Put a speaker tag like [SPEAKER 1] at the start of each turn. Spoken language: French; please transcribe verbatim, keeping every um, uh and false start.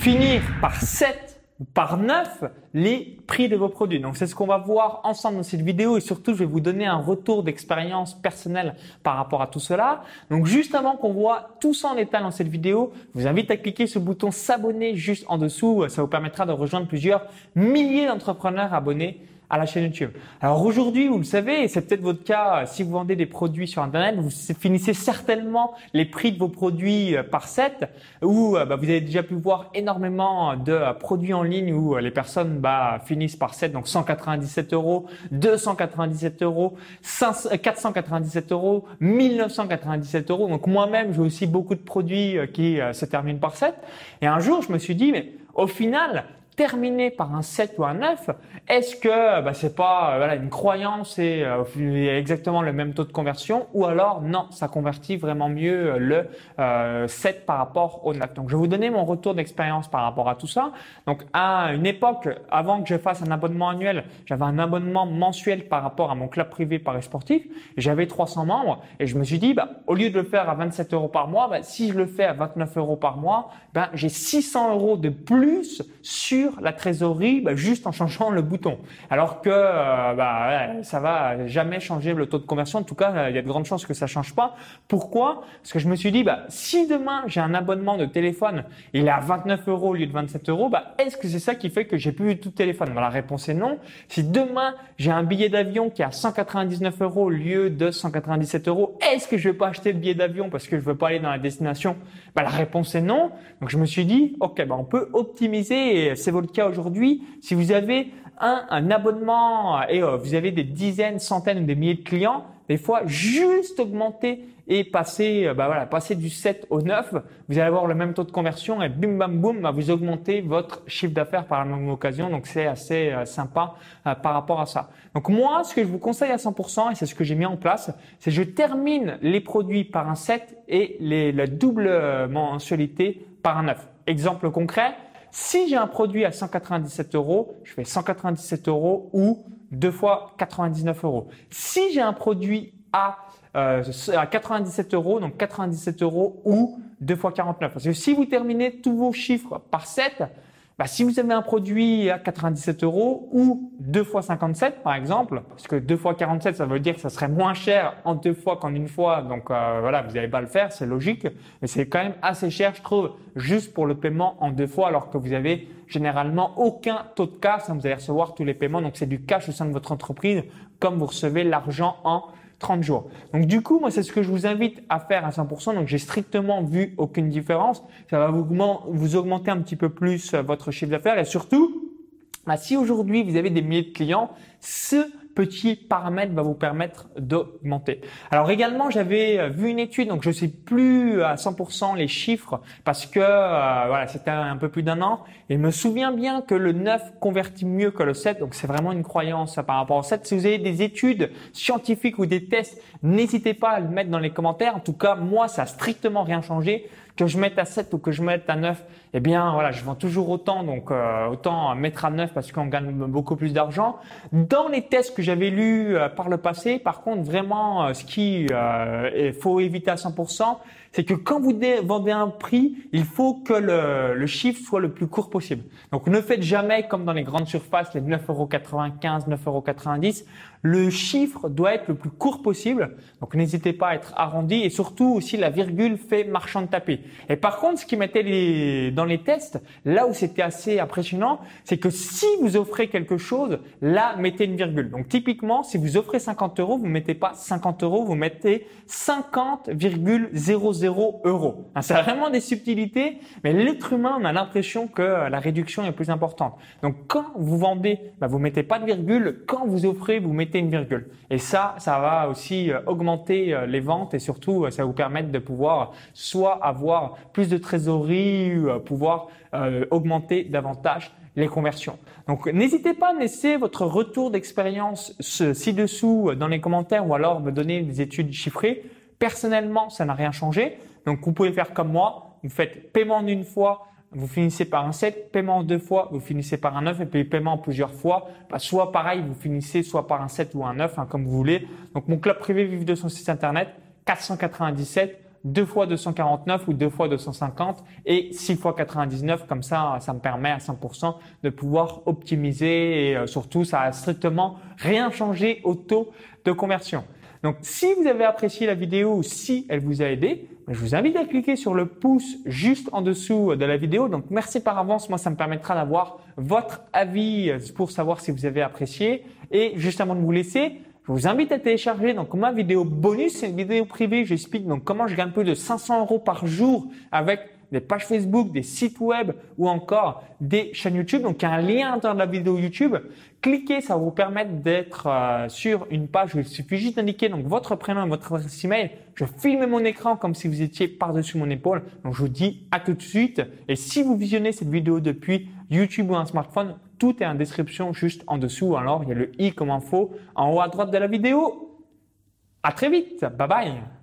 [SPEAKER 1] finir par sept ou par neuf les prix de vos produits. Donc, c'est ce qu'on va voir ensemble dans cette vidéo et surtout, je vais vous donner un retour d'expérience personnelle par rapport à tout cela. Donc, juste avant qu'on voit tout ça en détail dans cette vidéo, je vous invite à cliquer sur le bouton s'abonner juste en dessous. Ça vous permettra de rejoindre plusieurs milliers d'entrepreneurs abonnés à la chaîne YouTube. Alors aujourd'hui, vous le savez, et c'est peut-être votre cas, si vous vendez des produits sur Internet, vous finissez certainement les prix de vos produits par sept, ou bah, vous avez déjà pu voir énormément de produits en ligne où les personnes bah, finissent par sept, donc cent quatre-vingt-dix-sept euros, deux cent quatre-vingt-dix-sept euros, quatre cent quatre-vingt-dix-sept euros, mille neuf cent quatre-vingt-dix-sept euros. Donc moi-même, j'ai aussi beaucoup de produits qui se terminent par sept. Et un jour, je me suis dit, mais au final, terminé par un sept ou un neuf, est-ce que bah, c'est pas euh, voilà, une croyance et euh, exactement le même taux de conversion, ou alors non, ça convertit vraiment mieux le euh, sept par rapport au neuf. Donc je vais vous donner mon retour d'expérience par rapport à tout ça. Donc à une époque, avant que je fasse un abonnement annuel, j'avais un abonnement mensuel par rapport à mon club privé Paris Sportif, et j'avais trois cents membres et je me suis dit bah, au lieu de le faire à vingt-sept euros par mois, bah, si je le fais à vingt-neuf euros par mois, ben j'ai six cents euros de plus sur la trésorerie, bah, juste en changeant le bouton. Alors que euh, bah, ça va jamais changer le taux de conversion. En tout cas, il y a de grandes chances que ça change pas. Pourquoi? Parce que je me suis dit, bah, si demain j'ai un abonnement de téléphone, il est à vingt-neuf euros au lieu de vingt-sept euros, bah, est-ce que c'est ça qui fait que j'ai plus tout de téléphone? Bah, la réponse est non. Si demain j'ai un billet d'avion qui est à cent quatre-vingt-dix-neuf euros au lieu de cent quatre-vingt-dix-sept euros, est-ce que je vais pas acheter le billet d'avion parce que je veux pas aller dans la destination? Bah, la réponse est non. Donc je me suis dit, ok, bah, on peut optimiser et c'est votre cas aujourd'hui. Si vous avez un, un abonnement et euh, vous avez des dizaines, centaines ou des milliers de clients, des fois juste augmenter et passer, euh, bah voilà, passer du sept au neuf, vous allez avoir le même taux de conversion et bim bam boum, bah vous augmentez votre chiffre d'affaires par la même occasion. Donc c'est assez euh, sympa euh, par rapport à ça. Donc moi, ce que je vous conseille à cent pour cent et c'est ce que j'ai mis en place, c'est je termine les produits par un sept et les, la double euh, mensualité par un neuf. Exemple concret. Si j'ai un produit à cent quatre-vingt-dix-sept euros, je fais cent quatre-vingt-dix-sept euros ou deux fois quatre-vingt-dix-neuf euros. Si j'ai un produit à, euh, à quatre-vingt-dix-sept euros, donc quatre-vingt-dix-sept euros ou deux fois quarante-neuf. Parce que si vous terminez tous vos chiffres par sept, bah, si vous avez un produit à quatre-vingt-dix-sept euros ou deux fois cinquante-sept par exemple, parce que deux fois quarante-sept, ça veut dire que ça serait moins cher en deux fois qu'en une fois. Donc euh, voilà, vous n'allez pas le faire, c'est logique. Mais c'est quand même assez cher, je trouve, juste pour le paiement en deux fois, alors que vous avez généralement aucun taux de cash. Vous allez recevoir tous les paiements. Donc c'est du cash au sein de votre entreprise, comme vous recevez l'argent en trente jours. Donc du coup, moi, c'est ce que je vous invite à faire à cent pour cent. Donc j'ai strictement vu aucune différence. Ça va vous, vous augmenter un petit peu plus votre chiffre d'affaires et surtout, bah, si aujourd'hui vous avez des milliers de clients, ce petit paramètre va vous permettre d'augmenter. Alors également, j'avais vu une étude, donc je sais plus à cent pour cent les chiffres parce que euh, voilà, c'était un peu plus d'un an. Et je me souviens bien que le neuf convertit mieux que le sept, donc c'est vraiment une croyance par rapport au sept. Si vous avez des études scientifiques ou des tests, n'hésitez pas à le mettre dans les commentaires. En tout cas, moi, ça a strictement rien changé. Que je mette à sept ou que je mette à neuf, eh bien voilà, je vends toujours autant, donc euh, autant mettre à neuf parce qu'on gagne beaucoup plus d'argent. Dans les tests que j'avais lus euh, par le passé, par contre, vraiment, euh, ce qui euh, faut éviter à cent pour cent, c'est que quand vous vendez un prix, il faut que le, le chiffre soit le plus court possible. Donc ne faites jamais comme dans les grandes surfaces, les neuf euros quatre-vingt-quinze, neuf euros quatre-vingt-dix. Le chiffre doit être le plus court possible. Donc n'hésitez pas à être arrondi et surtout aussi la virgule fait marchand de tapis. Et par contre, ce qui mettait les, dans les tests, là où c'était assez impressionnant, c'est que si vous offrez quelque chose, là, mettez une virgule. Donc typiquement, si vous offrez cinquante euros, vous mettez pas cinquante euros, vous mettez cinquante virgule zéro zéro euros. C'est vraiment des subtilités, mais l'être humain, on a l'impression que la réduction est plus importante. Donc quand vous vendez, bah, vous mettez pas de virgule. Quand vous offrez, vous mettez une virgule. Et ça, ça va aussi augmenter les ventes et surtout, ça va vous permettre de pouvoir soit avoir plus de trésorerie ou pouvoir euh, augmenter davantage les conversions. Donc, n'hésitez pas à me laisser votre retour d'expérience ci-dessous dans les commentaires ou alors me donner des études chiffrées. Personnellement, ça n'a rien changé. Donc, vous pouvez faire comme moi. Vous faites paiement en une fois, vous finissez par un sept, paiement en deux fois, vous finissez par un neuf et puis paiement en plusieurs fois, bah, soit pareil, vous finissez soit par un sept ou un neuf, hein, comme vous voulez. Donc, mon club privé Vive de son site internet, quatre cent quatre-vingt-dix-sept, deux fois deux cent quarante-neuf ou deux fois deux cent cinquante et six fois quatre-vingt-dix-neuf. Comme ça, ça me permet à cent pour cent de pouvoir optimiser et euh, surtout, ça a strictement rien changé au taux de conversion. Donc, si vous avez apprécié la vidéo ou si elle vous a aidé, je vous invite à cliquer sur le pouce juste en dessous de la vidéo. Donc, merci par avance. Moi, ça me permettra d'avoir votre avis pour savoir si vous avez apprécié. Et juste avant de vous laisser, je vous invite à télécharger donc ma vidéo bonus. C'est une vidéo privée. J'explique donc comment je gagne plus de cinq cents euros par jour avec des pages Facebook, des sites web ou encore des chaînes YouTube. Donc, il y a un lien dans la vidéo YouTube. Cliquez, ça va vous permettre d'être euh, sur une page où il suffit juste d'indiquer donc votre prénom et votre adresse email. Je filme mon écran comme si vous étiez par-dessus mon épaule. Donc, je vous dis à tout de suite. Et si vous visionnez cette vidéo depuis YouTube ou un smartphone, tout est en description juste en dessous. Alors, il y a le i comme info en haut à droite de la vidéo. À très vite. Bye bye.